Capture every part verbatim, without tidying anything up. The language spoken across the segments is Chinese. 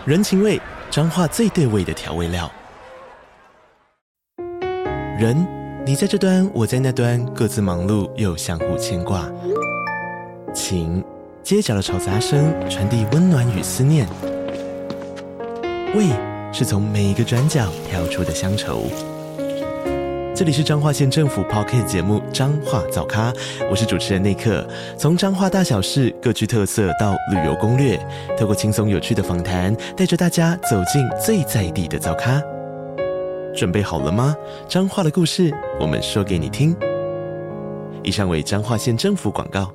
人情味，彰化最对味的调味料。人，你在这端，我在那端，各自忙碌又相互牵挂。情，街角的吵杂声传递温暖与思念。味，是从每一个转角跳出的乡愁。这里是彰化县政府 Podcast 节目《彰化早咖》，我是主持人内克。从彰化大小事各具特色到旅游攻略，透过轻松有趣的访谈，带着大家走进最在地的早咖。准备好了吗？彰化的故事，我们说给你听。以上为彰化县政府广告。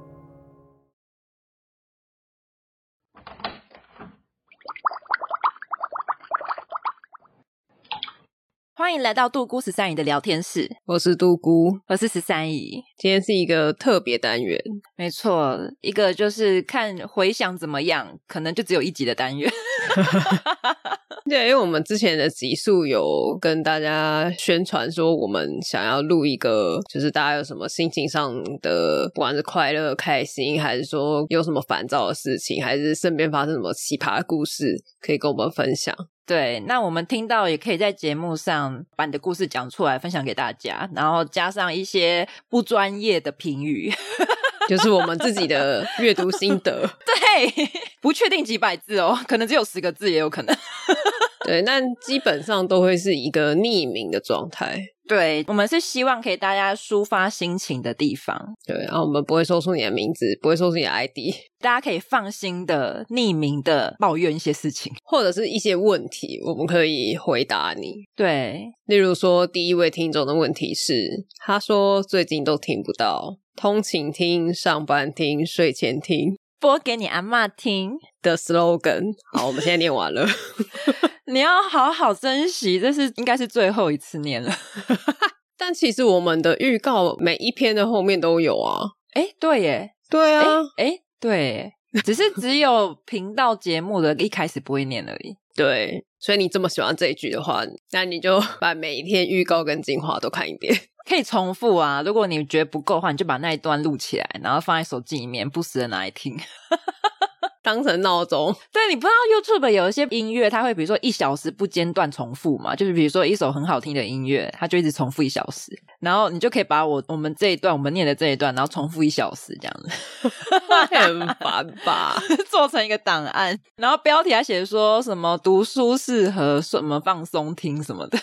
欢迎来到杜姑十三姨的聊天室， 我是杜姑， 我是十三姨。 今天是一个特别单元， 没错，一个就是看回响怎么样，可能就只有一集的单元。 对，因为我们之前的集数有跟大家宣传说，我们想要录一个，就是大家有什么心情上的，不管是快乐、开心，还是说有什么烦躁的事情，还是身边发生什么奇葩的故事，可以跟我们分享。 对，那我们听到也可以在节目上把你的故事讲出来分享给大家，然后加上一些不专业的评语， 就是我们自己的阅读心得。 对，不确定几百字哦，可能只有十个字也有可能。 对，但基本上都会是一个匿名的状态。 对，我们是希望可以大家抒发心情的地方。 对，然后我们不会说出你的名字，不会说出你的 I D， 大家可以放心的匿名的抱怨一些事情， 或者是一些问题，我们可以回答你。 对， 例如说第一位听众的问题是，他说最近都听不到，通勤听、上班听、睡前听， 播给你阿嬷听的 slogan。 好，我们现在念完了。 你要好好珍惜，这是应该是最后一次念了。 但其实我们的预告每一篇的后面都有啊。 诶，对耶， 对啊， 诶诶对耶，只是只有频道节目的一开始不会念而已。 对，所以你这么喜欢这一句的话，那你就把每一天预告跟精华都看一遍。 可以重复啊，如果你觉得不够的话，你就把那一段录起来，然后放在手机里面，不时的拿来听。 当成闹钟。 对，你不知道 YouTube 有一些音乐它会比如说一小时不间断重复嘛，就是比如说一首很好听的音乐，它就一直重复一小时，然后你就可以把我我们这一段我们念的这一段然后重复一小时这样子。 很烦吧。 做成一个档案，然后标题还写说什么读书适合什么放松听什么的。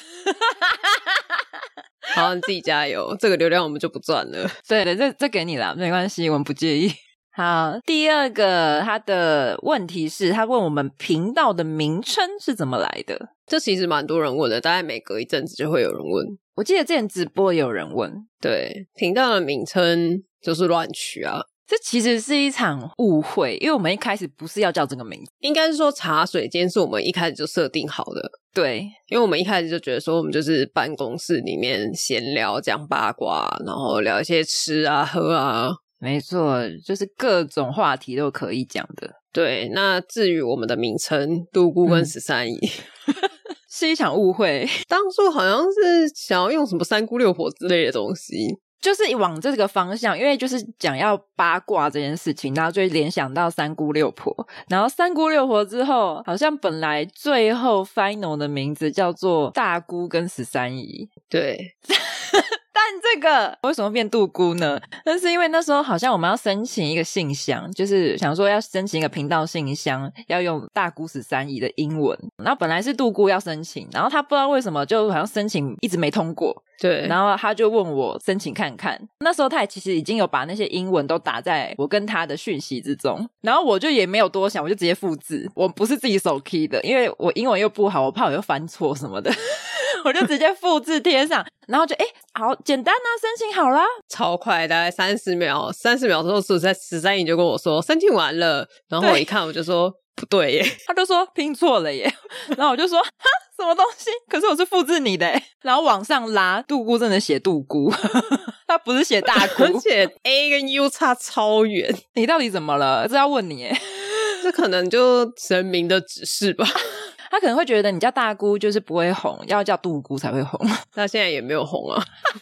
好，你自己加油，这个流量我们就不赚了。 对的，这这给你啦，没关系，我们不介意。好，第二个他的问题是他问我们频道的名称是怎么来的。 这其实蛮多人问的，大概每隔一阵子就会有人问。 我记得之前直播也有人问。 对，频道的名称就是乱取啊。 这其实是一场误会，因为我们一开始不是要叫这个名字， 应该是说茶水间是我们一开始就设定好的。 对， 因为我们一开始就觉得说我们就是办公室里面闲聊讲八卦，然后聊一些吃啊喝啊， 没错，就是各种话题都可以讲的。 对，那至于我们的名称杜姑跟十三姨、 嗯、是一场误会。 当初好像是想要用什么三姑六婆之类的东西， 就是往这个方向，因为就是讲要八卦这件事情，然后就联想到三姑六婆，然后三姑六婆之后好像本来最后 final 的名字叫做大姑跟十三姨。 对。 但这个为什么变杜姑呢？那是因为那时候好像我们要申请一个信箱，就是想说要申请一个频道信箱，要用大姑十三姨的英文，然后本来是杜姑要申请，然后他不知道为什么就好像申请一直没通过。 对， 然后他就问我申请看看，那时候他也其实已经有把那些英文都打在我跟他的讯息之中，然后我就也没有多想，我就直接复制，我不是自己手 key 的，因为我英文又不好，我怕我又翻错什么的。我就直接复制贴上，然后就诶好简单啊，申请好啦， 超快，大概三十秒，三十秒之后十三姨就跟我说申请完了，然后我一看我就说不对耶， 他就说拼错了耶，然后我就说哈什么东西，可是我是复制你的耶，然后往上拉，杜姑真的写杜姑，他不是写大姑， 而且 A 跟 U 差超远， 你到底怎么了？这要问你耶， 这可能就神明的指示吧。 他可能会觉得你叫大姑就是不会红，要叫杜姑才会红。 他现在也没有红啊。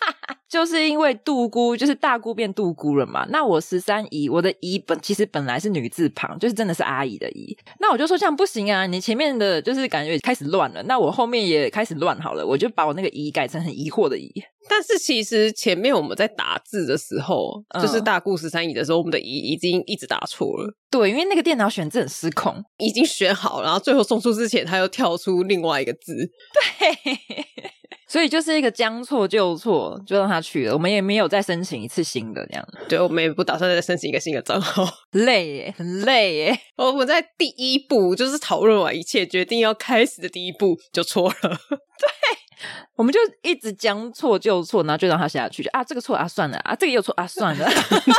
就是因为杜姑就是大姑变杜姑了嘛，那我十三姨我的姨本其实本来是女字旁，就是真的是阿姨的姨，那我就说这样不行啊，你前面的就是感觉开始乱了，那我后面也开始乱好了，我就把我那个姨改成很疑惑的姨。 但是其实前面我们在打字的时候、嗯、就是大姑十三姨的时候，我们的姨已经一直打错了。 对，因为那个电脑选字很失控， 已经选好，然后最后送出之前他又跳出另外一个字。 对，所以就是一个将错就错，就让他去了，我们也没有再申请一次新的这样。 对，我们也不打算再申请一个新的账号。 累耶，很累耶。 我们在第一步就是讨论完一切决定要开始的第一步就错了。 对，我们就一直将错就错，然后就让他下去，就啊这个错啊算了啊，这个又错啊算了。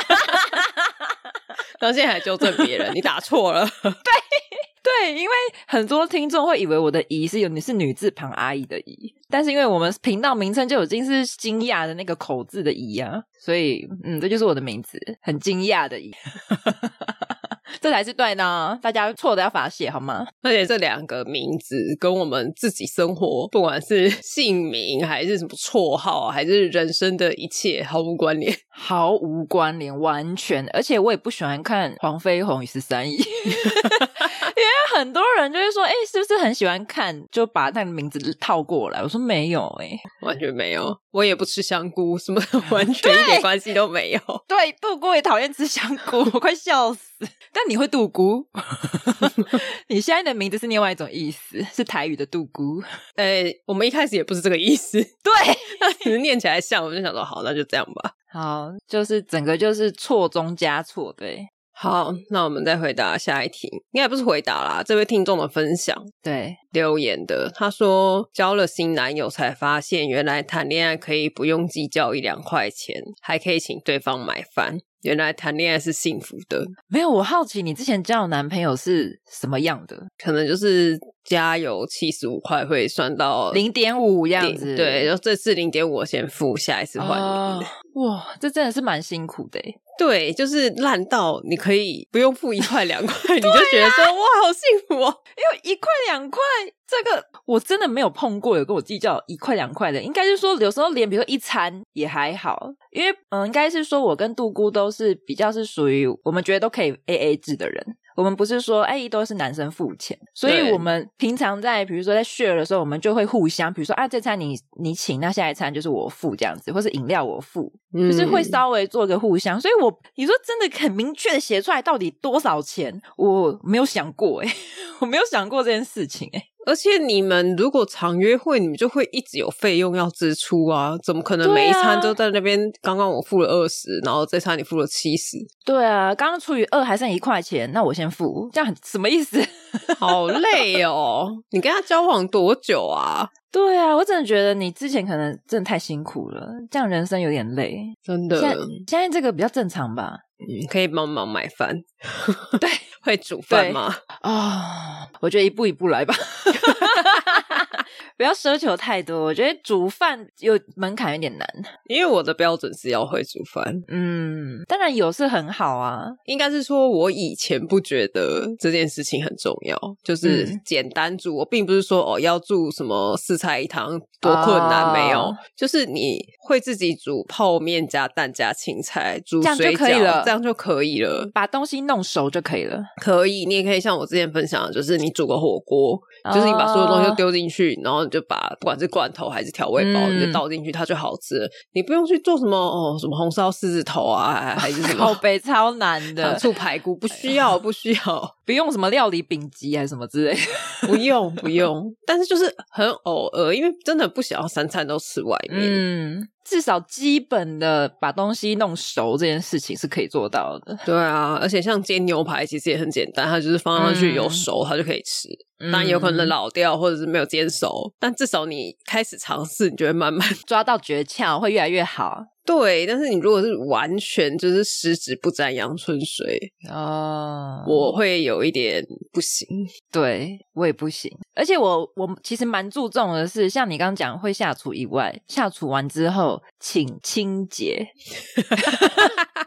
然后现在还纠正别人，你打错了。 对对，因为很多听众会以为我的姨是有你是女字旁阿姨的姨，但是因为我们频道名称就已经是惊讶的那个口字的姨啊，所以嗯，这就是我的名字，很惊讶的姨。这才是对的，大家错的要罚写好吗？ 而且这两个名字跟我们自己生活，不管是姓名还是什么绰号还是人生的一切毫无关联， 毫无关联，完全。而且我也不喜欢看黄飞鸿与十三姨。因为很多人就会说，哎、欸，是不是很喜欢看，就把那个名字套过来？我说没有、欸，哎， 完全没有。我也不吃香菇，什么完全一点关系都没有。 对，杜姑也讨厌吃香菇，我快笑死。但你会杜姑，你现在的名字是另外一种意思，是台语的杜姑。 呃，我们一开始也不是这个意思， 对， 它只是念起来像，我就想说，好，那就这样吧。 好，就是整个就是错中加错，对。 好，那我们再回答下一题，应该不是回答啦，这位听众的分享， 对， 留言的，他说交了新男友才发现，原来谈恋爱可以不用计较一两块钱，还可以请对方买饭，原来谈恋爱是幸福的。 没有，我好奇你之前交的男朋友是什么样的？ 可能就是加油七十五块会算到零点五 样子， 对，然后这次零点五我先付，下一次换你、哦、 哇，这真的是蛮辛苦的耶。 对，就是烂到你可以不用付一块两块，你就觉得说、啊、哇好幸福哦。 因为一块两块这个我真的没有碰过有跟我计较一块两块的，应该是说有时候连比如说一餐也还好，因为嗯，应该是说我跟杜姑都是比较是属于我们觉得都可以 A A 制的人，我们不是说哎都是男生付钱，所以我们平常在比如说在 share 的时候，我们就会互相，比如说啊这餐你你请，那下一餐就是我付这样子，或是饮料我付、嗯、就是会稍微做个互相，所以我你说真的很明确的写出来到底多少钱，我没有想过欸我没有想过这件事情欸。 而且你们如果常约会，你们就会一直有费用要支出啊，怎么可能每一餐都在那边、啊、刚刚我付了二十，然后这餐你付了七十？ 对啊，刚刚除以二还剩一块钱，那我先付，这样很什么意思？ 好累哦。你跟他交往多久啊？ 对啊，我真的觉得你之前可能真的太辛苦了，这样人生有点累。 真的。 现在现在这个比较正常吧？ 嗯，可以帮忙买饭。 对， 会煮饭吗？ 哦，我觉得一步一步来吧。不要奢求太多，我觉得煮饭有门槛有点难， 因为我的标准是要会煮饭。 嗯，当然有是很好啊， 应该是说我以前不觉得这件事情很重要，就是简单煮、嗯、我并不是说哦要煮什么四菜一汤多困难、哦、没有，就是你会自己煮泡面加蛋加青菜，煮水饺，这样就可以了，这样就可以了， 把东西弄熟就可以了。 可以，你也可以像我之前分享的，就是你煮个火锅、哦、就是你把所有东西都丢进去，然后你就把不管是罐头还是调味包、嗯、你就倒进去，它就好吃了。你不用去做什么哦，什么红烧狮子头啊，还是什么口碑超难的醋排骨，不需要不需要， 不用什么料理丙级还是什么之类的， 不用不用。但是就是很偶尔，因为真的不想要三餐都吃外面。嗯， 至少基本的把东西弄熟这件事情是可以做到的。 对啊，而且像煎牛排其实也很简单，它就是放上去有熟、嗯、它就可以吃。当然有可能老掉或者是没有煎熟，但至少你开始尝试，你就会慢慢抓到诀窍，会越来越好。 对，但是你如果是完全就是十指不沾阳春水哦，我会有一点不行。 对，我也不行。而且我我其实蛮注重的是，像你刚刚讲会下厨以外，下厨完之后请清洁。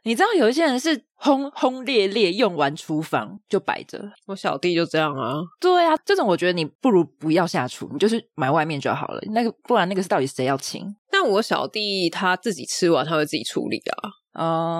你知道有一些人是轰轰烈烈用完厨房就摆着， 我小弟就这样啊。 对啊，这种我觉得你不如不要下厨，你就是买外面就好了，那个不然那个是到底谁要请？ 但我小弟他自己吃完他会自己处理啊。 哦、uh ，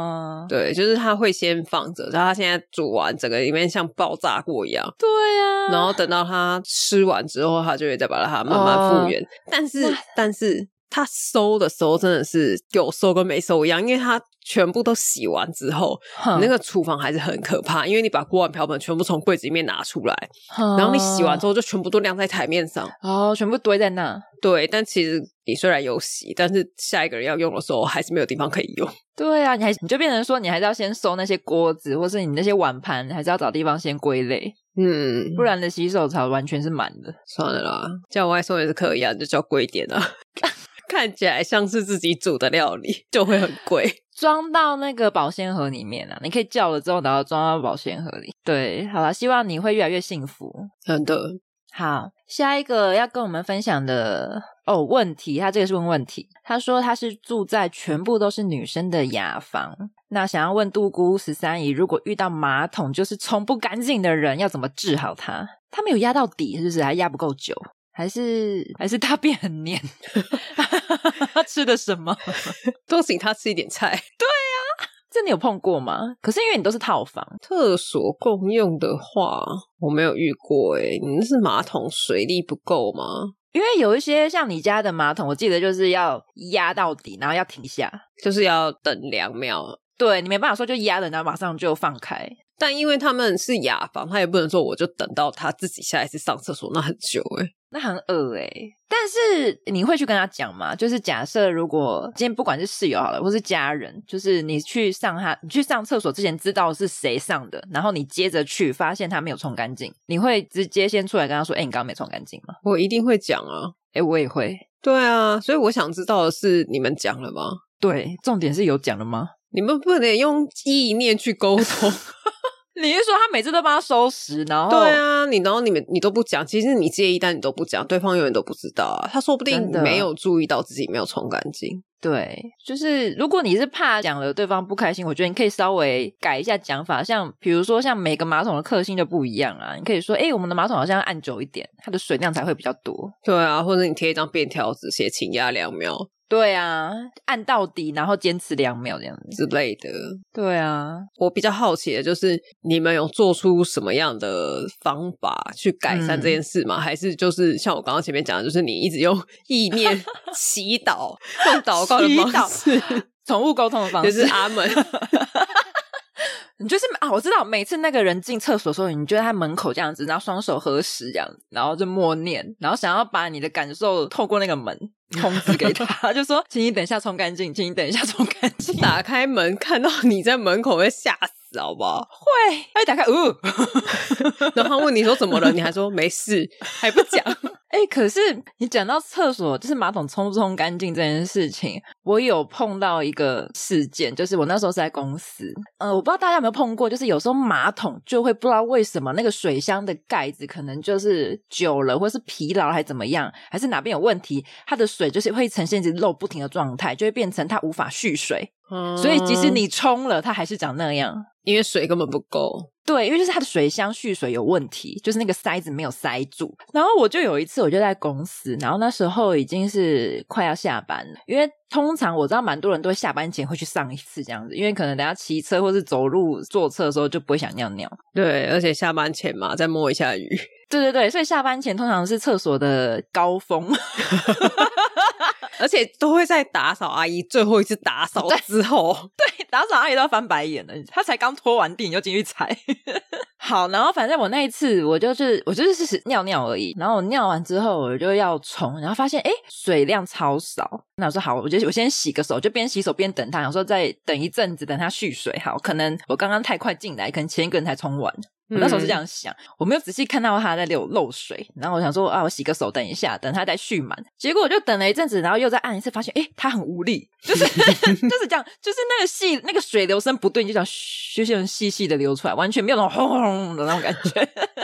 对，就是他会先放着，然后他现在煮完整个里面像爆炸过一样。 对啊， 然后等到他吃完之后他就会再把它慢慢复原、uh 但是但是他收的时候真的是有收跟没收一样，因为他全部都洗完之后、huh. 那个厨房还是很可怕，因为你把锅碗瓢盆全部从柜子里面拿出来、huh. 然后你洗完之后就全部都晾在台面上哦，oh, 全部堆在那。 对，但其实你虽然有洗，但是下一个人要用的时候还是没有地方可以用。 对啊，你还你就变成说你还是要先收那些锅子或是你那些碗盘，还是要找地方先归类，嗯，不然的洗手槽完全是满的。 算了啦，叫外送也是可以啊，就叫贵一点啊看起来像是自己煮的料理就会很贵， 装到那个保鲜盒里面啊，你可以叫了之后然后装到保鲜盒里。对，好啦，希望你会越来越幸福。 真的。 好，下一个要跟我们分享的哦问题，他这个是问问题，他说他是住在全部都是女生的雅房，那想要问杜姑十三姨，如果遇到马桶就是冲不干净的人要怎么治好他？他没有压到底是不是？还压不够久？还是还是大便很黏他吃的什么都请他吃一点菜。 对啊，这你有碰过吗？可是因为你都是套房， 厕所共用的话我没有遇过耶。你那是马桶水力不够吗？ 因为有一些像你家的马桶我记得就是要压到底然后要停下， 就是要等两秒。 对，你没办法说就压了然后马上就放开， 但因为他们是雅房，他也不能说我就等到他自己下一次上厕所，那很久耶， 那很恶欸。但是你会去跟他讲吗？就是假设如果今天不管是室友好了或是家人，就是你去上他你去上厕所之前知道是谁上的，然后你接着去发现他没有冲干净，你会直接先出来跟他说诶、欸、你刚刚没冲干净吗？ 我一定会讲啊。 诶、欸、我也会。 对啊，所以我想知道的是你们讲了吗？ 对，重点是有讲了吗？ 你们不能用意念去沟通你是说他每次都帮他收拾然后对啊，你然后你们你都不讲，其实你介意但你都不讲，对方永远都不知道啊。他说不定没有注意到自己没有冲干净。 对，就是如果你是怕讲了对方不开心，我觉得你可以稍微改一下讲法，像比如说像每个马桶的克星就不一样啊，你可以说诶我们的马桶好像要按久一点，它的水量才会比较多。 对啊，或者你贴一张便条纸写请压两秒。 对啊，按到底然后坚持两秒这样子之类的。 对啊， 我比较好奇的就是你们有做出什么样的方法去改善这件事吗、嗯、还是就是像我刚刚前面讲的，就是你一直用意念祈祷用祷告的方式宠物沟通的方式就是阿门你就是啊，我知道每次那个人进厕所的时候，你就在他门口这样子，然后双手合十这样子，然后就默念，然后想要把你的感受透过那个门通知给他就说请你等一下冲干净，请你等一下冲干净。 打开门看到你在门口会吓死好不好？ 会，他一打开呃然后他问你说怎么了你还说没事还不讲欸可是你讲到厕所就是马桶冲不冲干净这件事情，我有碰到一个事件，就是我那时候是在公司呃，我不知道大家有没有碰过，就是有时候马桶就会不知道为什么那个水箱的盖子可能就是久了或是疲劳还怎么样，还是哪边有问题，它的水就是会呈现一直漏不停的状态，就会变成它无法蓄水、嗯、所以即使你冲了它还是长那样， 因为水根本不够。 对，因为就是它的水箱蓄水有问题，就是那个塞子没有塞住。然后我就有一次我就在公司，然后那时候已经是快要下班了，因为通常我知道蛮多人都会下班前会去上一次这样子，因为可能等下骑车或是走路坐车的时候就不会想尿尿。 对，而且下班前嘛再摸一下雨。 对对对，所以下班前通常是厕所的高峰而且都会在打扫阿姨最后一次打扫之后， 对, 对打扫阿姨都要翻白眼了，她才刚拖完地你就进去踩好，然后反正我那一次我就是我就是尿尿而已，然后我尿完之后我就要冲，然后发现诶水量超少，那我说好，我就我先洗个手，就边洗手边等他，想说再等一阵子等他蓄水。好，可能我刚刚太快进来，可能前一个人才冲完，我那时候是这样想、嗯、我没有仔细看到他在漏漏水，然后我想说啊，我洗个手等一下，等他再蓄满。结果我就等了一阵子，然后又再按一次，发现诶他很无力，就是就是这样，就是那个细那个水流声不对，你就这样嘘，就这样细细的流出来，完全没有那种轰轰的那种感觉然后我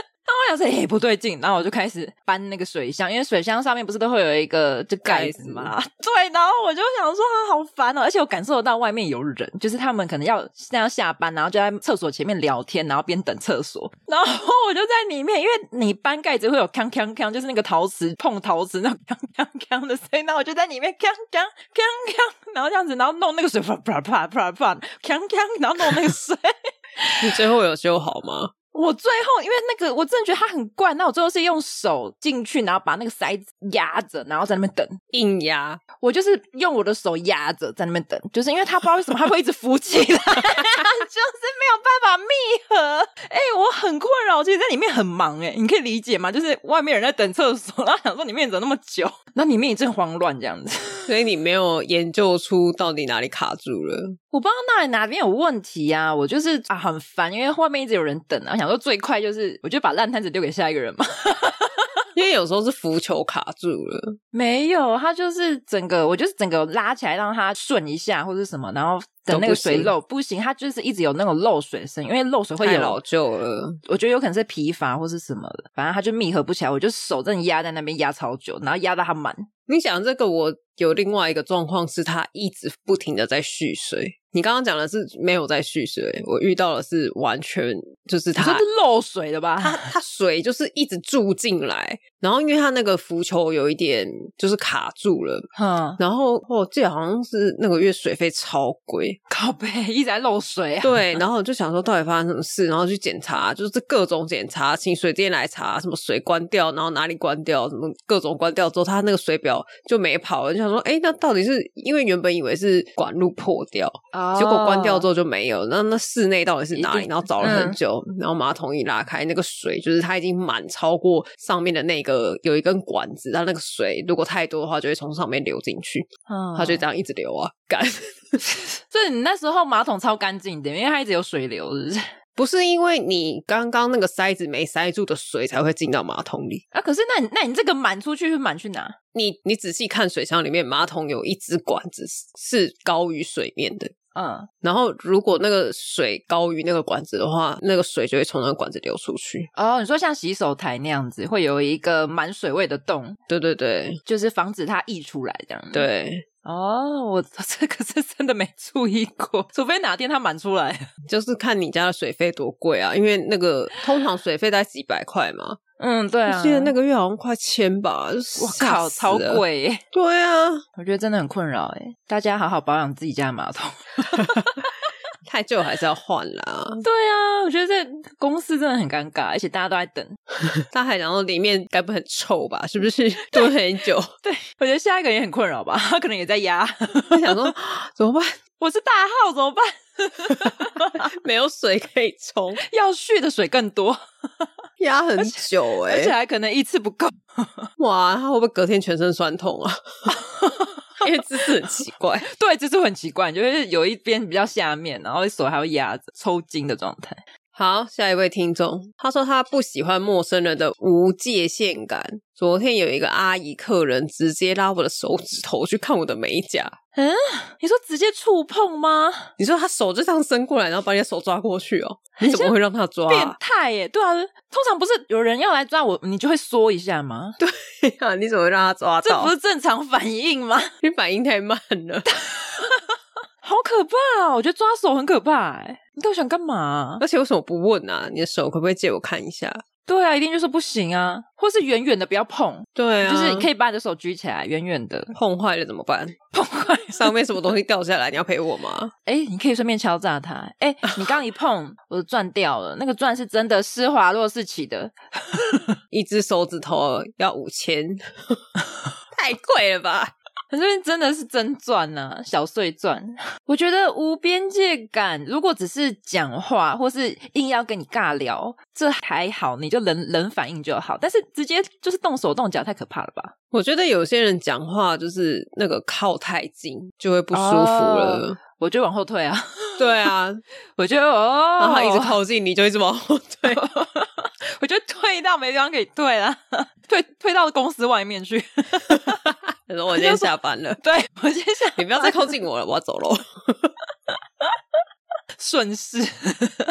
想说诶、欸、不对劲，然后我就开始搬那个水箱，因为水箱上面不是都会有一个就盖子嘛，对，然后我就想说啊好烦哦，而且我感受得到外面有人，就是他们可能要现在要下班，然后就在厕所前面聊天，然后边等厕所，然后我就在里面，因为你搬盖子会有锵锵锵，就是那个陶瓷碰陶瓷那种锵锵锵的声音，然后我就在里面锵锵锵锵，然后这样子，然后弄那个水啪啪啪啪啪锵锵，然后弄那个水。 你最后有修好吗？ 我最后因为那个我真的觉得它很怪，那我最后是用手进去，然后把那个塞子压着，然后在那边等硬压。 我就是用我的手压着在那边等，就是因为它不知道为什么它会一直浮起来，就是没有办法密合。哎、欸，我很困扰，其实在里面很忙哎、欸，你可以理解吗？就是外面人在等厕所，然后想说里面怎么那么久，然后里面一阵慌乱这样子。 所以你没有研究出到底哪里卡住了？ 我不知道那里哪边有问题啊，我就是啊很烦，因为外面一直有人等啊，想说最快就是我就把烂摊子丢给下一个人嘛。 因为有时候是浮球卡住了， 没有，它就是整个我就是整个拉起来让它顺一下或者什么，然后等那个水漏 不, 不行，它就是一直有那种漏水声，因为漏水会有太老旧了， 我觉得有可能是疲乏或是什么的，反正它就密合不起来，我就手真的压在那边压超久，然后压到它满。 你讲这个我有另外一个状况是它一直不停的在蓄水，你刚刚讲的是没有在蓄水，我遇到的是完全就是它是漏水的吧， 它它水就是一直注进来，然后因为它那个浮球有一点就是卡住了， 嗯， 然后我记得好像是那个月水费超贵， 靠北一直在漏水啊， 对，然后我就想说到底发生什么事，然后去检查，就是各种检查，请水电来查，什么水关掉，然后哪里关掉，什么各种关掉之后，它那个水表就没跑了，就想说诶那到底是因为原本以为是管路破掉，哦，结果关掉之后就没有，那那室内到底是哪里，然后找了很久，嗯，然后马桶一拉开，那个水就是它已经满超过上面的那个有一根管子，然后那个水如果太多的话就会从上面流进去，哦，它就这样一直流啊干。 所以你那时候马桶超干净的，因为它一直有水流是不是？ 不是因为你刚刚那个塞子没塞住的水才会进到马桶里啊，可是那你那你这个满出去是满去哪？ 你你仔细看水箱里面，马桶有一支管子是高于水面的，嗯，然后如果那个水高于那个管子的话，那个水就会从那个管子流出去。哦， 你说像洗手台那样子会有一个满水位的洞， 对对对， 就是防止它溢出来这样。 对。 哦，我这个是真的没注意过，除非哪天它满出来。 就是看你家的水费多贵啊，因为那个通常水费大概几百块嘛。 嗯，对啊， 我记得那个月好像快千吧， 我靠，超贵耶。 对啊， 我觉得真的很困扰耶，大家好好保养自己家的马桶。 太旧还是要换啦。 对啊，我觉得这公司真的很尴尬，而且大家都在等。 他还讲说里面该不会很臭吧，是不是蹲很久？ 对，我觉得下一个也很困扰吧，他可能也在压。 他想说怎么办， 我是大号怎么办？ 没有水可以冲， 要蓄的水更多， 压很久耶， 而且还可能一次不够。 哇，他会不会隔天全身酸痛啊？因为姿势很奇怪。 对，姿势很奇怪，就是有一边比较下面，然后手还会压着抽筋的状态。 好，下一位听众，他说他不喜欢陌生人的无界限感。昨天有一个阿姨客人直接拉我的手指头去看我的美甲。 嗯，你说直接触碰吗？ 你说他手就这样伸过来，然后把你的手抓过去哦？你怎么会让他抓？ 变态耶！对啊，通常不是有人要来抓我，你就会缩一下吗？ 对啊，你怎么会让他抓到？ 这不是正常反应吗？ 你反应太慢了。 好可怕哦！我觉得抓手很可怕耶，你到底想干嘛？ 而且为什么不问啊？你的手可不可以借我看一下？ 对啊，一定就是不行啊，或是远远的不要碰。 对啊， 就是你可以把你的手举起来，远远的。 碰坏了怎么办？ 碰坏了上面什么东西掉下来，你要赔我吗？ 诶，你可以顺便敲诈他。诶，你刚一碰我的钻掉了，那个钻是真的施华洛世奇的， 一只手指头要五千，太贵了吧？ 这边真的是真钻啊，小碎钻。我觉得无边界感，如果只是讲话或是硬要跟你尬聊，这还好，你就冷冷反应就好。但是直接就是动手动脚，太可怕了吧？ 我觉得有些人讲话就是那个靠太近就会不舒服了。哦， 我就往后退啊。 对啊， 我就哦， 然后他一直靠近你就一直往后退。 我就退到没地方可以退了，退退到公司外面去。 他说我今天下班了。 对，我今天下班了， 你不要再靠近我了，我要走咯。 顺势。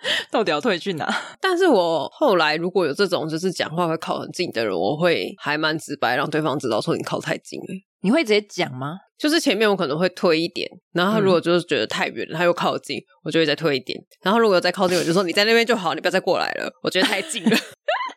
到底要退去哪？ 但是我后来如果有这种就是讲话会靠很近的人，我会还蛮直白让对方知道说你靠太近了。 你会直接讲吗？ 就是前面我可能会推一点，然后他如果就是觉得太远了、嗯、他又靠近，我就会再推一点，然后如果再靠近我就说你在那边就好，你不要再过来了，我觉得太近了。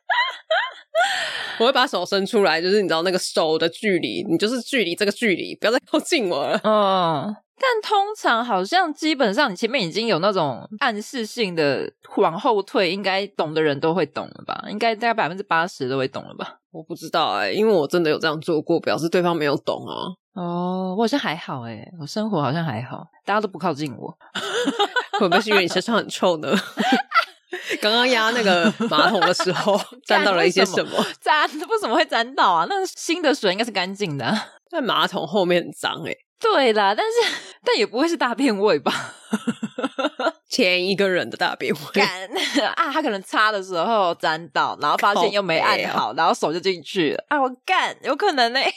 我会把手伸出来，就是你知道那个手的距离，你就是距离这个距离，不要再靠近我了。 嗯，但通常好像基本上你前面已经有那种暗示性的往后退，应该懂的人都会懂了吧？应该大概百分之八十都会懂了吧？ 我不知道哎、欸，因为我真的有这样做过，表示对方没有懂啊。 哦，我好像还好哎、欸，我生活好像还好，大家都不靠近我。 会不会是因为你身上很臭呢？刚刚压那个马桶的时候沾到了一些什么？ 沾为什么会沾到啊？那新的水应该是干净的、啊。 在马桶后面很脏哎、欸。 对啦，但是但也不会是大便味吧？ 前一个人的大便味啊，他可能擦的时候沾到，然后发现又没按好，然后手就进去了啊！我干，有可能呢、欸。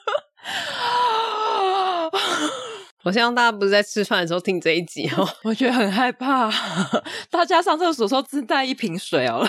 我希望大家不是在吃饭的时候听这一集哦， 我觉得很害怕。大家上厕所的时候自带一瓶水哦。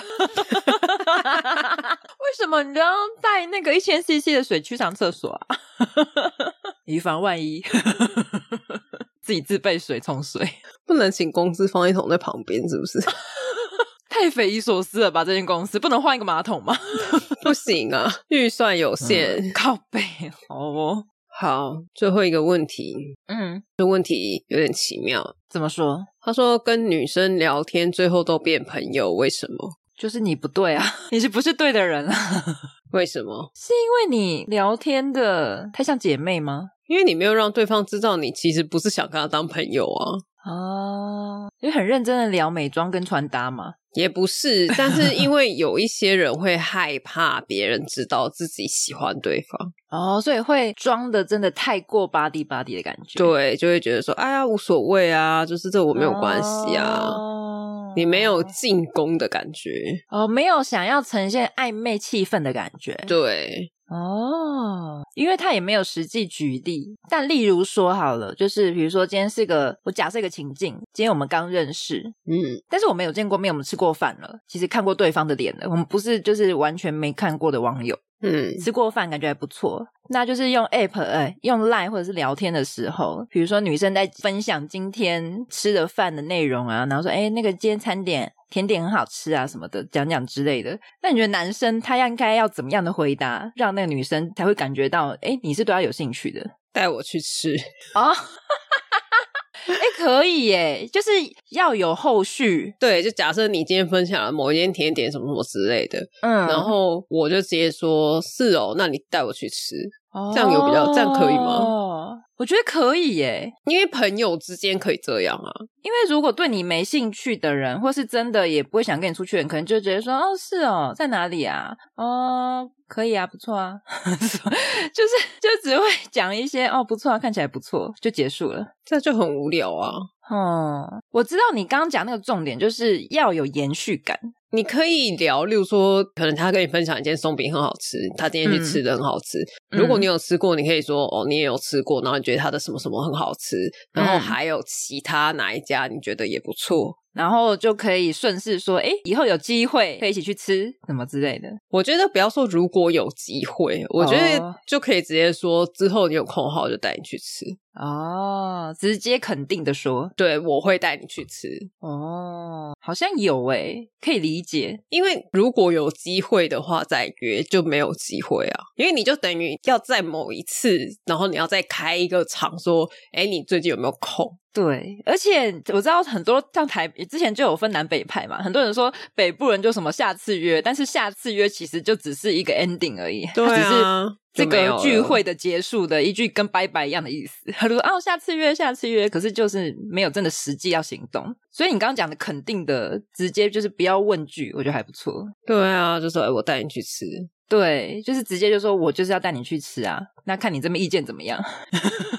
为什么你都要带那个一千 C C 的水去上厕所啊？以防万一。自己自备水冲水， 不能请公司放一桶在旁边是不是？ 太匪夷所思了吧，这间公司不能换一个马桶吗？ 不行啊，预算有限、 嗯、靠北哦。 好，最后一个问题， 嗯， 这问题有点奇妙。 怎么说？ 他说跟女生聊天最后都变朋友，为什么？ 就是你不对啊，你是不是对的人啊？ 为什么？ 是因为你聊天的太像姐妹吗？ 因为你没有让对方知道你其实不是想跟他当朋友啊。 哦，因为很认真的聊美妆跟穿搭嘛。 也不是，但是因为有一些人会害怕别人知道自己喜欢对方哦，所以会装的真的太过 body body 的感觉。 对，就会觉得说哎呀无所谓啊，就是这我没有关系啊、哦、你没有进攻的感觉哦，没有想要呈现暧昧气氛的感觉。 对哦，因为他也没有实际举例，但例如说好了，就是比如说今天是个，我假设一个情境，今天我们刚认识， 嗯， 但是我们有见过面，我们吃过饭了，其实看过对方的脸了，我们不是就是完全没看过的网友， 嗯， 吃过饭感觉还不错，那就是用 app 哎，用 line 或者是聊天的时候，比如说女生在分享今天吃的饭的内容啊，然后说哎，那个今天餐点甜点很好吃啊什么的，讲讲之类的。那你觉得男生他应该要怎么样的回答，让那个女生才会感觉到诶你是对他有兴趣的？ 带我去吃哦诶可以耶，就是要有后续。 对，就假设你今天分享了某一间甜点什么什么之类的， 嗯， 然后我就直接说是哦，那你带我去吃、哦、这样有比较，这样可以吗？ 我觉得可以耶， 因为朋友之间可以这样啊。 因为如果对你没兴趣的人，或是真的也不会想跟你出去的人，可能就觉得说哦是哦，在哪里啊？哦可以啊，不错啊。就是就只会讲一些哦不错啊，看起来不错就结束了， 这就很无聊啊。 哦、嗯，我知道你刚刚讲那个重点就是要有延续感。 你可以聊，例如说可能他跟你分享一件松饼很好吃，他今天去吃的很好吃、嗯、如果你有吃过你可以说哦你也有吃过，然后你觉得他的什么什么很好吃，然后还有其他哪一家你觉得也不错， 然后就可以顺势说诶以后有机会可以一起去吃什么之类的。 我觉得不要说如果有机会，我觉得就可以直接说之后你有空的话我就带你去吃。 哦，直接肯定的说对我会带你去吃。 哦，好像有诶，可以理解。 因为如果有机会的话再约就没有机会啊，因为你就等于要在某一次然后你要再开一个场说诶你最近有没有空。 对，而且我知道很多像台之前就有分南北派嘛，很多人说北部人就什么下次约，但是下次约其实就只是一个 ending 而已。 对啊， 只是这个聚会的结束的一句跟拜拜一样的意思。他就说哦下次约下次约，可是就是没有真的实际要行动。所以你刚刚讲的肯定的直接就是不要问句，我觉得还不错。 对啊，就说诶我带你去吃。对， 就是直接就说我就是要带你去吃啊，那看你这么意见怎么样。看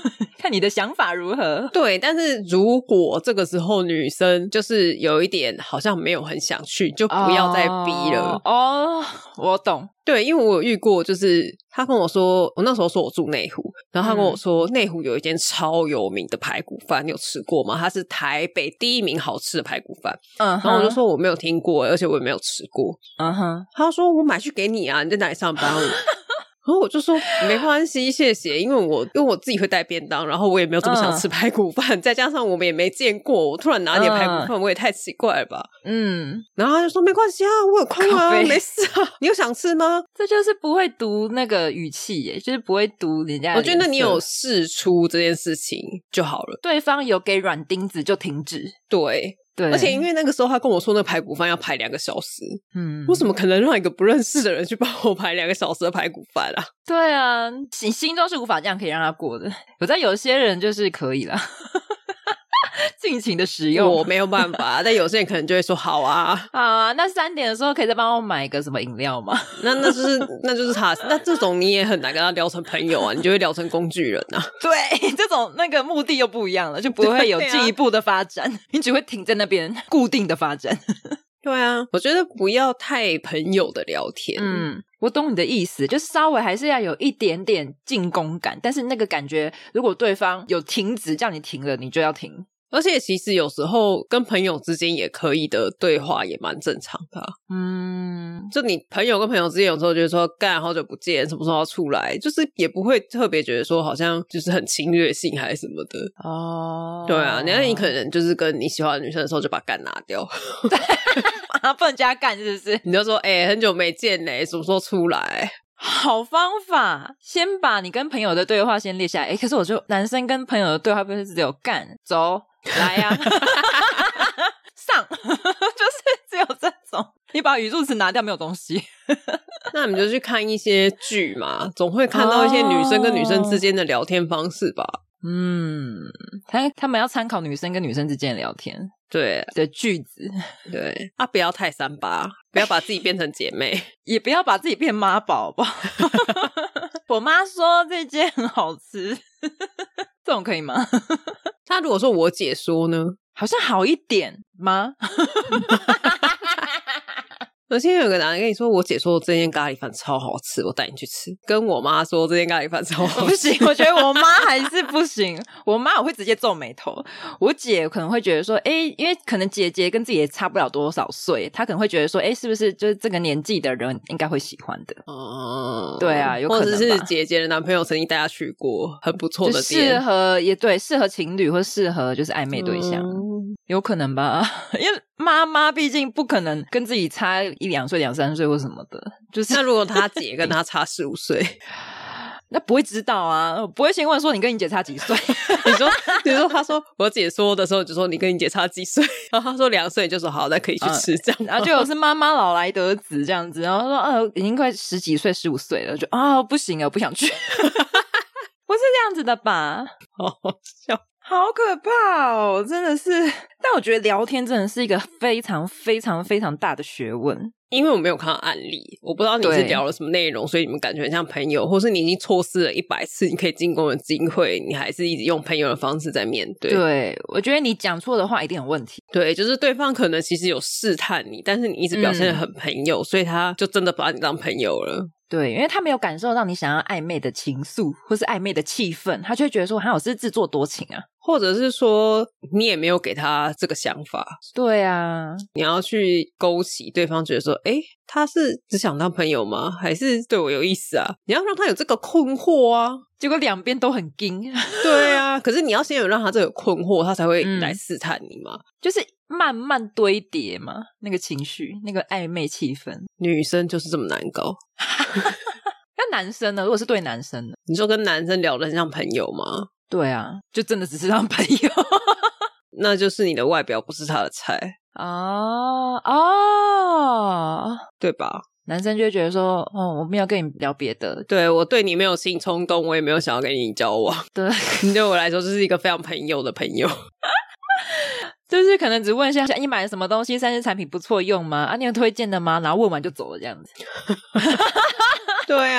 看你的想法如何。 对，但是如果这个时候女生就是有一点好像没有很想去，就不要再逼了。 哦，哦我懂。 对，因为我有遇过，就是他跟我说，我那时候说我住内湖，然后他跟我说、嗯、内湖有一间超有名的排骨饭，你有吃过吗？它是台北第一名好吃的排骨饭。嗯，然后我就说我没有听过，而且我也没有吃过。嗯哼，他说我买去给你啊，你在哪里上班？然后我就说没关系谢谢，因为我因为我自己会带便当，然后我也没有这么想吃排骨饭、嗯、再加上我们也没见过，我突然拿点排骨饭、嗯、我也太奇怪了吧。嗯，然后他就说没关系啊，我有空啊，没事啊，你有想吃吗？ 这就是不会读那个语气耶，就是不会读人家的。 我觉得你有释出这件事情就好了， 对方有给软钉子就停止。 对对，而且因为那个时候他跟我说那个排骨饭要排两个小时，嗯，我怎么可能让一个不认识的人去帮我排两个小时的排骨饭啊？ 对啊，心心中是无法这样可以让他过的。我知道有些人就是可以啦，尽情的使用， 我没有办法，但有些人可能就会说好啊， 好啊，那三点的时候可以再帮我买一个什么饮料吗？ 那那就是那就是他，那这种你也很难跟他聊成朋友啊，你就会聊成工具人啊。 对，这种那个目的又不一样了，就不会有进一步的发展，啊、你只会停在那边固定的发展。 对啊，我觉得不要太朋友的聊天。 嗯，我懂你的意思，就稍微还是要有一点点进攻感，但是那个感觉，如果对方有停止叫你停了，你就要停。 而且其实有时候跟朋友之间也可以的对话也蛮正常的、啊。嗯，就你朋友跟朋友之间有时候觉得说干好久不见，什么时候要出来，就是也不会特别觉得说好像就是很侵略性还是什么的。哦，对啊，那你可能就是跟你喜欢的女生的时候就把干拿掉。 啊，不能加干是不是？ 你就说哎、欸，很久没见嘞，什么时候出来？ 好方法，先把你跟朋友的对话先列下来。诶，可是我觉得男生跟朋友的对话不是只有干，走来呀、啊，上，就是只有这种。你把语助词拿掉，没有东西。 那你们就去看一些剧嘛，总会看到一些女生跟女生之间的聊天方式吧。 嗯，他他们要参考女生跟女生之间的聊天， 对的句子， 对啊，不要太三八，不要把自己变成姐妹， 也不要把自己变妈宝吧。我妈说这间很好吃，这种可以吗？ 他如果说我姐说呢， 好像好一点吗？ 而且有个男人跟你说我姐说这间咖喱饭超好吃，我带你去吃，跟我妈说这间咖喱饭超好吃， 不行，我觉得我妈还是不行。我妈我会直接皱眉头，我姐可能会觉得说诶，因为可能姐姐跟自己也差不了多少岁，她可能会觉得说诶，是不是就是这个年纪的人应该会喜欢的。嗯，对啊，有可能吧， 或者是姐姐的男朋友曾经带她去过很不错的店， 适合也对，适合情侣或适合就是暧昧对象、嗯、有可能吧。因为妈妈毕竟不可能跟自己差一两岁两三岁或什么的，就是那如果他姐跟他差十五岁， 那不会知道啊，我不会先问说你跟你姐差几岁。 你说你说他说我姐说的时候就说你跟你姐差几岁，然后他说两岁就说好，那可以去吃、嗯、这样， 然后就有是妈妈老来得子这样子，然后说呃已经快十几岁十五岁了，就啊不行啊，不想去。不是这样子的吧？ 好好笑， 好可怕哦，真的是。但我觉得聊天真的是一个非常非常非常大的学问， 因为我没有看到案例，我不知道你是聊了什么内容，所以你们感觉很像朋友，或是你已经错失了一百次你可以进攻的机会，你还是一直用朋友的方式在面对。 对，我觉得你讲错的话一定有问题。 对，就是对方可能其实有试探你，但是你一直表现得很朋友、嗯、所以他就真的把你当朋友了。 对，因为他没有感受到你想要暧昧的情愫或是暧昧的气氛，他就会觉得说哈，我是自作多情啊， 或者是说你也没有给他这个想法。 对啊， 你要去勾起对方觉得说诶，他是只想当朋友吗？还是对我有意思啊？你要让他有这个困惑啊。 结果两边都很硬。 对啊，可是你要先有让他这个困惑，他才会来试探你嘛、嗯、 就是慢慢堆叠嘛，那个情绪，那个暧昧气氛。 女生就是这么难搞。 那男生呢？如果是对男生呢？ 你说跟男生聊得很像朋友吗？ 对啊，就真的只是当朋友。 那就是你的外表不是他的菜。 哦哦， 对吧？ 男生就会觉得说哦，我没有跟你聊别的， 对，我对你没有性冲动，我也没有想要跟你交往。 对， 你对我来说就是一个非常朋友的朋友。 就是可能只问一下你买了什么东西，三星产品不错用吗？啊，你有推荐的吗？然后问完就走了这样子。 对啊，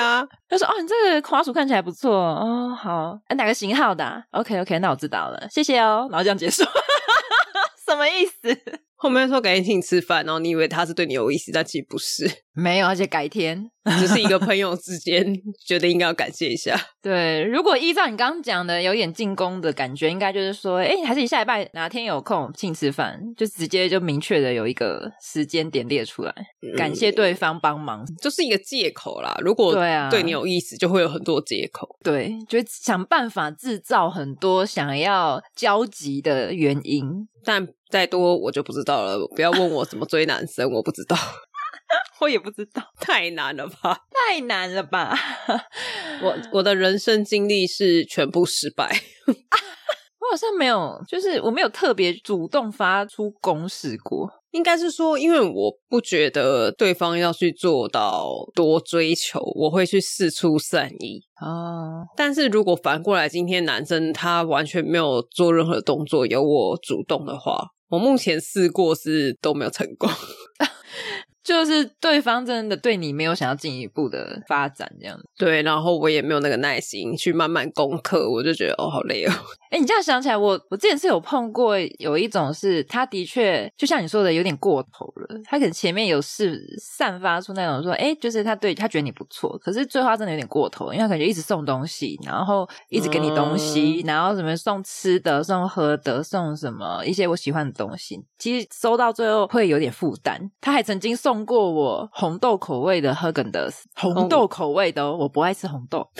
就说哦，你这个滑鼠看起来不错哦，好，哪个型号的、啊、？OK OK， 那我知道了，谢谢哦，然后这样结束，什么意思？ 后面说改天请你吃饭，然后你以为他是对你有意思，但其实不是， 没有，而且改天只是一个朋友之间觉得应该要感谢一下。 对，如果依照你刚刚讲的有点进攻的感觉，应该就是说诶还是你下礼拜哪天有空请吃饭，就直接就明确的有一个时间点列出来、嗯、感谢对方帮忙， 就是一个借口啦。如果对你有意思、啊、就会有很多借口， 对，就会想办法制造很多想要交集的原因， 但再多我就不知道了，不要问我怎么追男生我不知道。 我也不知道， 太难了吧， 太难了吧。 我我的人生经历是全部失败。 我好像没有，就是我没有特别主动发出攻势过。 应该是说，因为我不觉得对方要去做到多追求，我会去释出善意哦。 但是如果反过来，今天男生他完全没有做任何动作，由我主动的话，我目前试过是都没有成功。 就是对方真的对你没有想要进一步的发展这样子。 对，然后我也没有那个耐心去慢慢攻克，我就觉得哦好累哦。 诶你这样想起来，我我之前是有碰过有一种是他的确就像你说的有点过头了，他可能前面有是散发出那种说诶就是他对他觉得你不错，可是最后他真的有点过头，因为他感觉一直送东西，然后一直给你东西、嗯、然后什么送吃的送喝的送什么一些我喜欢的东西，其实收到最后会有点负担。他还曾经送送过我红豆口味的 Häagen-Dazs， 红豆口味的哦，我不爱吃红豆。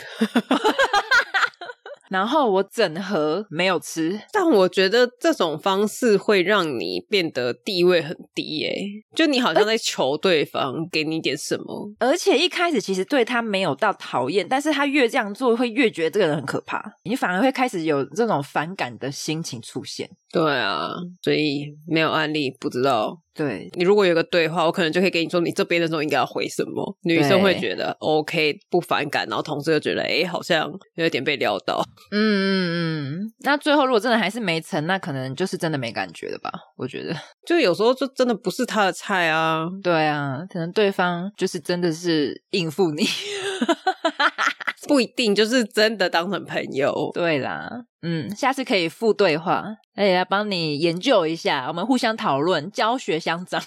然后我整盒没有吃， 但我觉得这种方式会让你变得地位很低耶，就你好像在求对方给你点什么， 而且一开始其实对他没有到讨厌，但是他越这样做会越觉得这个人很可怕，你反而会开始有这种反感的心情出现。 对啊，所以没有案例不知道。 对， 你如果有个对话，我可能就可以跟你说你这边的时候应该要回什么，女生会觉得 OK 不反感，然后同事就觉得诶好像有点被撩到。 嗯嗯嗯，那最后如果真的还是没成，那可能就是真的没感觉了吧，我觉得就有时候就真的不是他的菜啊。 对啊，可能对方就是真的是应付你。 不一定就是真的当成朋友。 对啦，嗯，下次可以附对话，而且来帮你研究一下，我们互相讨论，教学相长。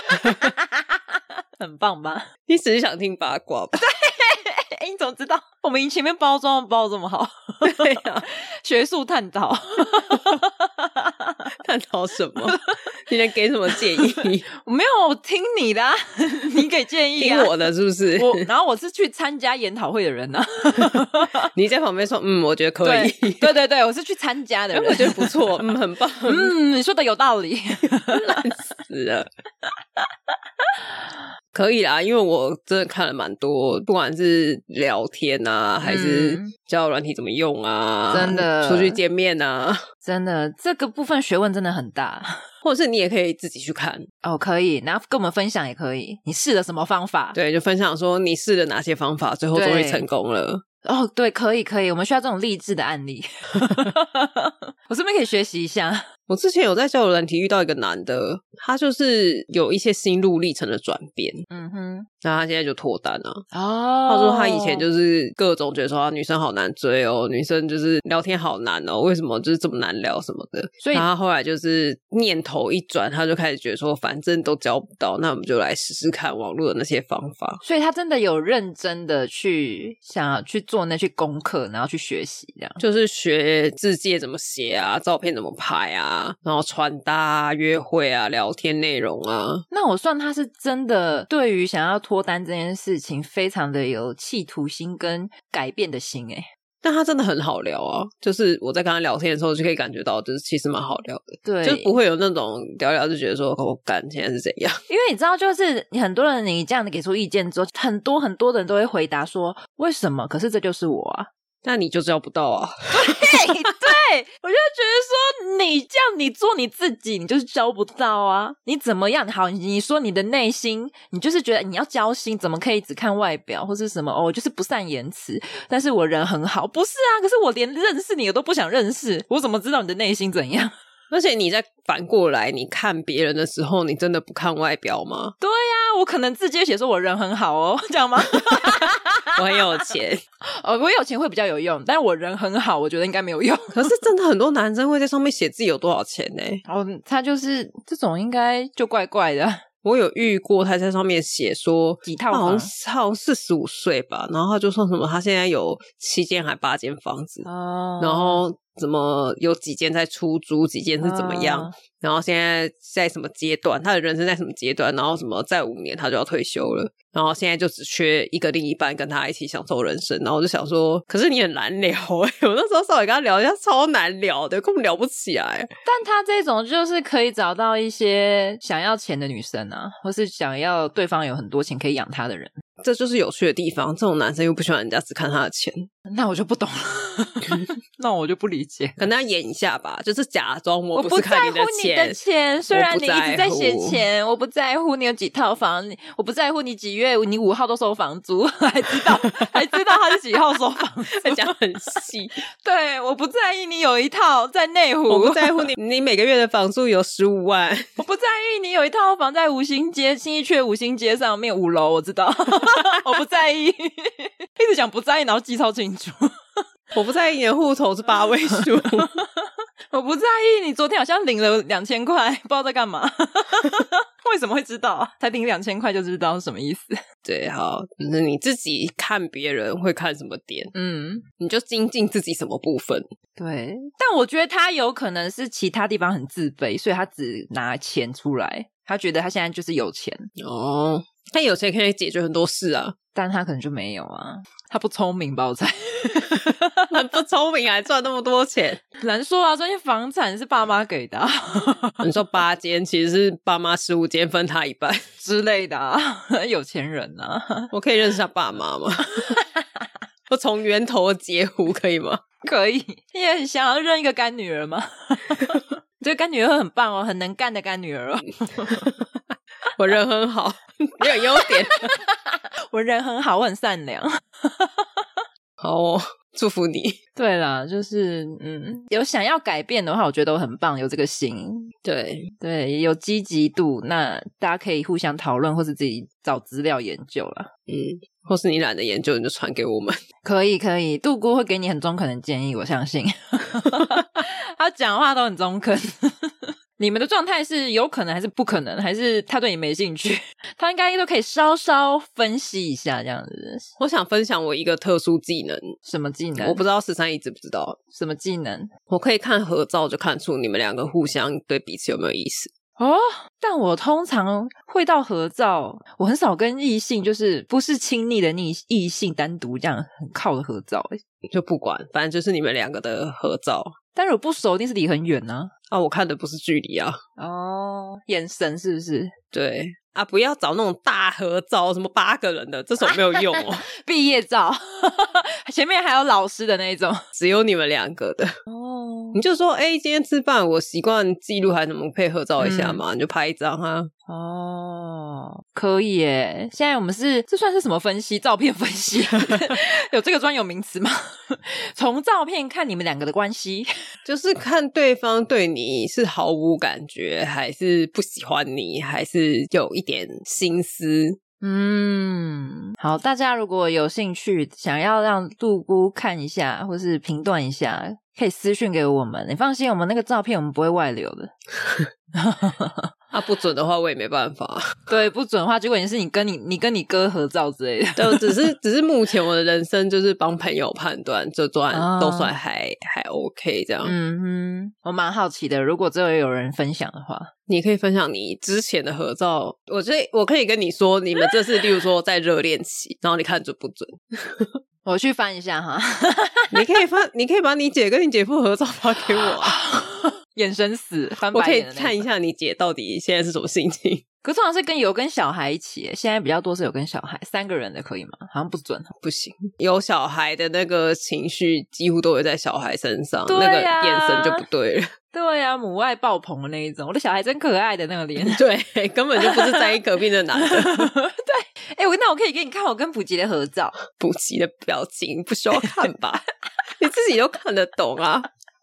很棒吧？ 你只是想听八卦吧？ 对，欸，你怎么知道？我们前面包装包这么好。 对啊， 学术探讨。 探讨什么？你能给什么建议？ 我没有，我听你的啊。你给建议啊？ 听我的是不是？ 我然后我是去参加研讨会的人啊。 你在旁边说嗯我觉得可以。 对对对对，我是去参加的人。 我觉得不错，嗯很棒。 嗯，你说的有道理。 烂死了。可以啦，因为我真的看了蛮多，不管是聊天啊，还是交友软体怎么用啊， 真的出去见面啊， 真的这个部分学问真的很大。 或者是你也可以自己去看哦，可以，然后跟我们分享也可以，你试了什么方法？ 对，就分享说你试了哪些方法，最后终于成功了。 哦，对，可以可以，我们需要这种励志的案例。我是不是可以学习一下？ 我之前有在交友软体遇到一个男的，他就是有一些心路历程的转变， 嗯哼， 那他现在就脱单了。 哦， 他说他以前就是各种觉得说啊，女生好难追哦，女生就是聊天好难哦，为什么就是这么难聊什么的。所以他后来就是念头一转，他就开始觉得说，反正都交不到，那我们就来试试看网络的那些方法。 所以他真的有认真的去想要去做那些功课，然后去学习，这样就是学字界怎么写啊，照片怎么拍啊，然后穿搭啊，约会啊，聊天内容啊。 那我算他是真的对于想要脱单这件事情非常的有企图心跟改变的心诶。 但他真的很好聊啊，就是我在跟他聊天的时候就可以感觉到就是其实蛮好聊的。 对， 就不会有那种聊聊就觉得说哦干现在是怎样。 因为你知道就是很多人你这样给出意见之后，很多很多人都会回答说为什么，可是这就是我啊。 但你就交不到啊。 对对，我就觉得说你这样你做你自己你就是交不到啊。你怎么样好，你说你的内心你就是觉得你要交心，怎么可以只看外表或是什么哦，我就是不善言辞，但是我人很好。不是啊，可是我连认识你我都不想认识，我怎么知道你的内心怎样？ 而且你在反过来你看别人的时候，你真的不看外表吗？ 对啊，我可能直接写说我人很好哦，这样吗？ 我很有钱。 哦，我有钱会比较有用，但是我人很好，我觉得应该没有用。 可是真的很多男生会在上面写自己有多少钱呢、欸？ 哦，他就是这种应该就怪怪的。 我有遇过他在上面写说几套房， 好像好像四十五岁吧，然后他就说什么他现在有七间还八间房子、 哦、 然后怎么有几间在出租，几间是怎么样、 哦、 然后现在在什么阶段，他的人生在什么阶段，然后什么在五年他就要退休了，然后现在就只缺一个另一半跟他一起享受人生。然后我就想说可是你很难聊欸，我那时候稍微跟他聊一下超难聊的，根本聊不起来。 但他这种就是可以找到一些想要钱的女生啊，或是想要对方有很多钱可以养他的人， 这就是有趣的地方。这种男生又不喜欢人家只看他的钱， 那我就不懂了那我就不理解。 跟他演一下吧，就是假装我我不是看你的钱， 不在乎你的钱，虽然你一直在写钱，我不在乎你有几套房，我不在乎你几月你五号都收房租，还知道还知道他是几号收房租， 还讲很细对，我不在意你有一套在内湖， 我不在乎你你每个月的房租有十五万， 我不在意你有一套房在五星街信义区五星街上面五楼，我知道我不在意一直讲不在意然后记超清楚我不在意你的户头是八位数我不在意你昨天好像领了两千块不知道在干嘛为什么会知道才领两千块就知道是什么意思。 对，好，就是你自己看别人会看什么点， 嗯， 你就精进自己什么部分。 对，但我觉得他有可能是其他地方很自卑，所以他只拿钱出来，他觉得他现在就是有钱哦，他有钱可以解决很多事啊， 但他可能就没有啊，他不聪明吧我猜很不聪明还赚那么多钱难说啊，这些房产是爸妈给的、啊、 你说八间其实是爸妈十五间分他一半之类的啊，有钱人啊。 我可以认识他爸妈吗我从源头截胡可以吗？ 可以。你也想要认一个干女儿吗这个干女儿很棒哦，很能干的干女儿哦我人很好你有优点我人很好，我很善良好哦，祝福你。 对啦，就是嗯，有想要改变的话我觉得都很棒，有这个心， 对对，有积极度，那大家可以互相讨论或是自己找资料研究啦。 嗯，或是你懒得研究你就传给我们。 可以可以，杜姑会给你很中肯的建议，我相信他讲话都很中肯你们的状态是有可能还是不可能，还是他对你没兴趣他应该都可以稍稍分析一下这样子。 我想分享我一个特殊技能。 什么技能？ 我不知道十三姨知不知道。 什么技能？ 我可以看合照就看出你们两个互相对彼此有没有意思。 哦，但我通常会到合照，我很少跟异性就是不是亲昵的异异性单独这样很靠的合照诶， 就不管，反正就是你们两个的合照。 但是我不熟一定是离很远啊。 啊，我看的不是距离啊。 哦，眼神是不是？ 对啊，不要找那种大合照，什么八个人的，这种没有用哦。 毕业照前面还有老师的那一种， 只有你们两个的。 哦， 你就说哎、欸，今天吃饭我习惯记录还怎么配合照一下嘛、嗯、你就拍一张啊。 哦，可以耶。现在我们是这算是什么分析？照片分析有这个专有名词吗？从照片看你们两个的关系， 就是看对方对你是毫无感觉，还是不喜欢你，还是有一点心思。 嗯，好，大家如果有兴趣想要让杜姑看一下或是评断一下，可以私讯给我们。你放心，我们那个照片我们不会外流的啊，不准的话我也没办法。 对，不准的话结果也是你跟你你跟你哥合照之类的。 对，只是只是目前我的人生就是帮朋友判断，这段都算还、哦、还 OK 这样。 嗯哼，我蛮好奇的，如果真的有人分享的话， 你可以分享你之前的合照。我觉得我可以跟你说，你们这是例如说在热恋期，然后你看准不准？ 我去翻一下哈。 你可以翻，你可以把你姐跟你姐夫合照发给我啊。 眼神死，翻白眼的那种。我可以看一下你姐到底现在是什么心情。 可是通常是跟有跟小孩一起，现在比较多是有跟小孩，三个人的可以吗？好像不准。 不行，有小孩的那个情绪几乎都会在小孩身上、啊、那个眼神就不对了。 对啊，母爱爆棚的那一种，我的小孩真可爱的那个脸。 对，根本就不是在意隔壁的男的。 对，哎、欸，那我可以给你看我跟普吉的合照。 普吉的表情不需要看吧？你自己都看得懂啊。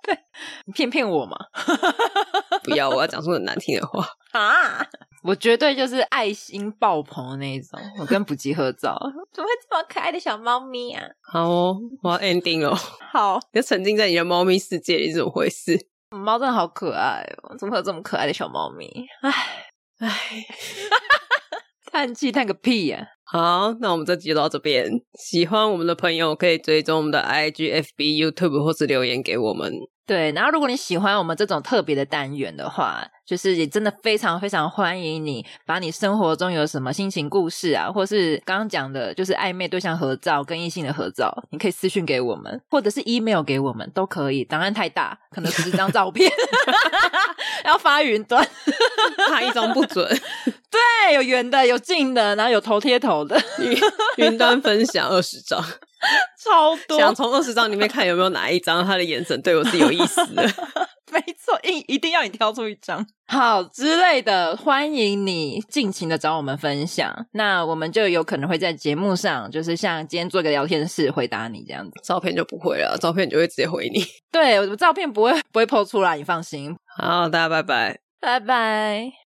对，你骗骗我嘛。 不要，我要讲出很难听的话啊！我绝对就是爱心爆棚的那一种。我跟补吉合照，怎么会这么可爱的小猫咪啊？ 好哦，我要 ending 了。 好， 你要沉浸在你的猫咪世界里，怎么回事？ 猫真的好可爱哦，怎么会有这么可爱的小猫咪？唉唉，叹气叹个屁呀、 啊！好，那我们这集就到这边。喜欢我们的朋友可以追踪我们的 I G F B YouTube 或是留言给我们。 对，然后如果你喜欢我们这种特别的单元的话，就是也真的非常非常欢迎你把你生活中有什么心情故事啊，或是刚刚讲的就是暧昧对象合照跟异性的合照，你可以私讯给我们，或者是 email 给我们都可以，档案太大可能十张照片要发云端怕一张不准。 对，有圆的有近的，然后有头贴头的云端分享二十张， 超多， 想从二十张里面看有没有哪一张他的眼神对我是有意思的。 没错，一一定要你挑出一张好之类的，欢迎你尽情的找我们分享，那我们就有可能会在节目上就是像今天做个聊天室回答你这样子。 照片就不会了，照片就会直接回你。 对，我的照片不会不会po出来，你放心。 好，大家拜拜， 拜拜。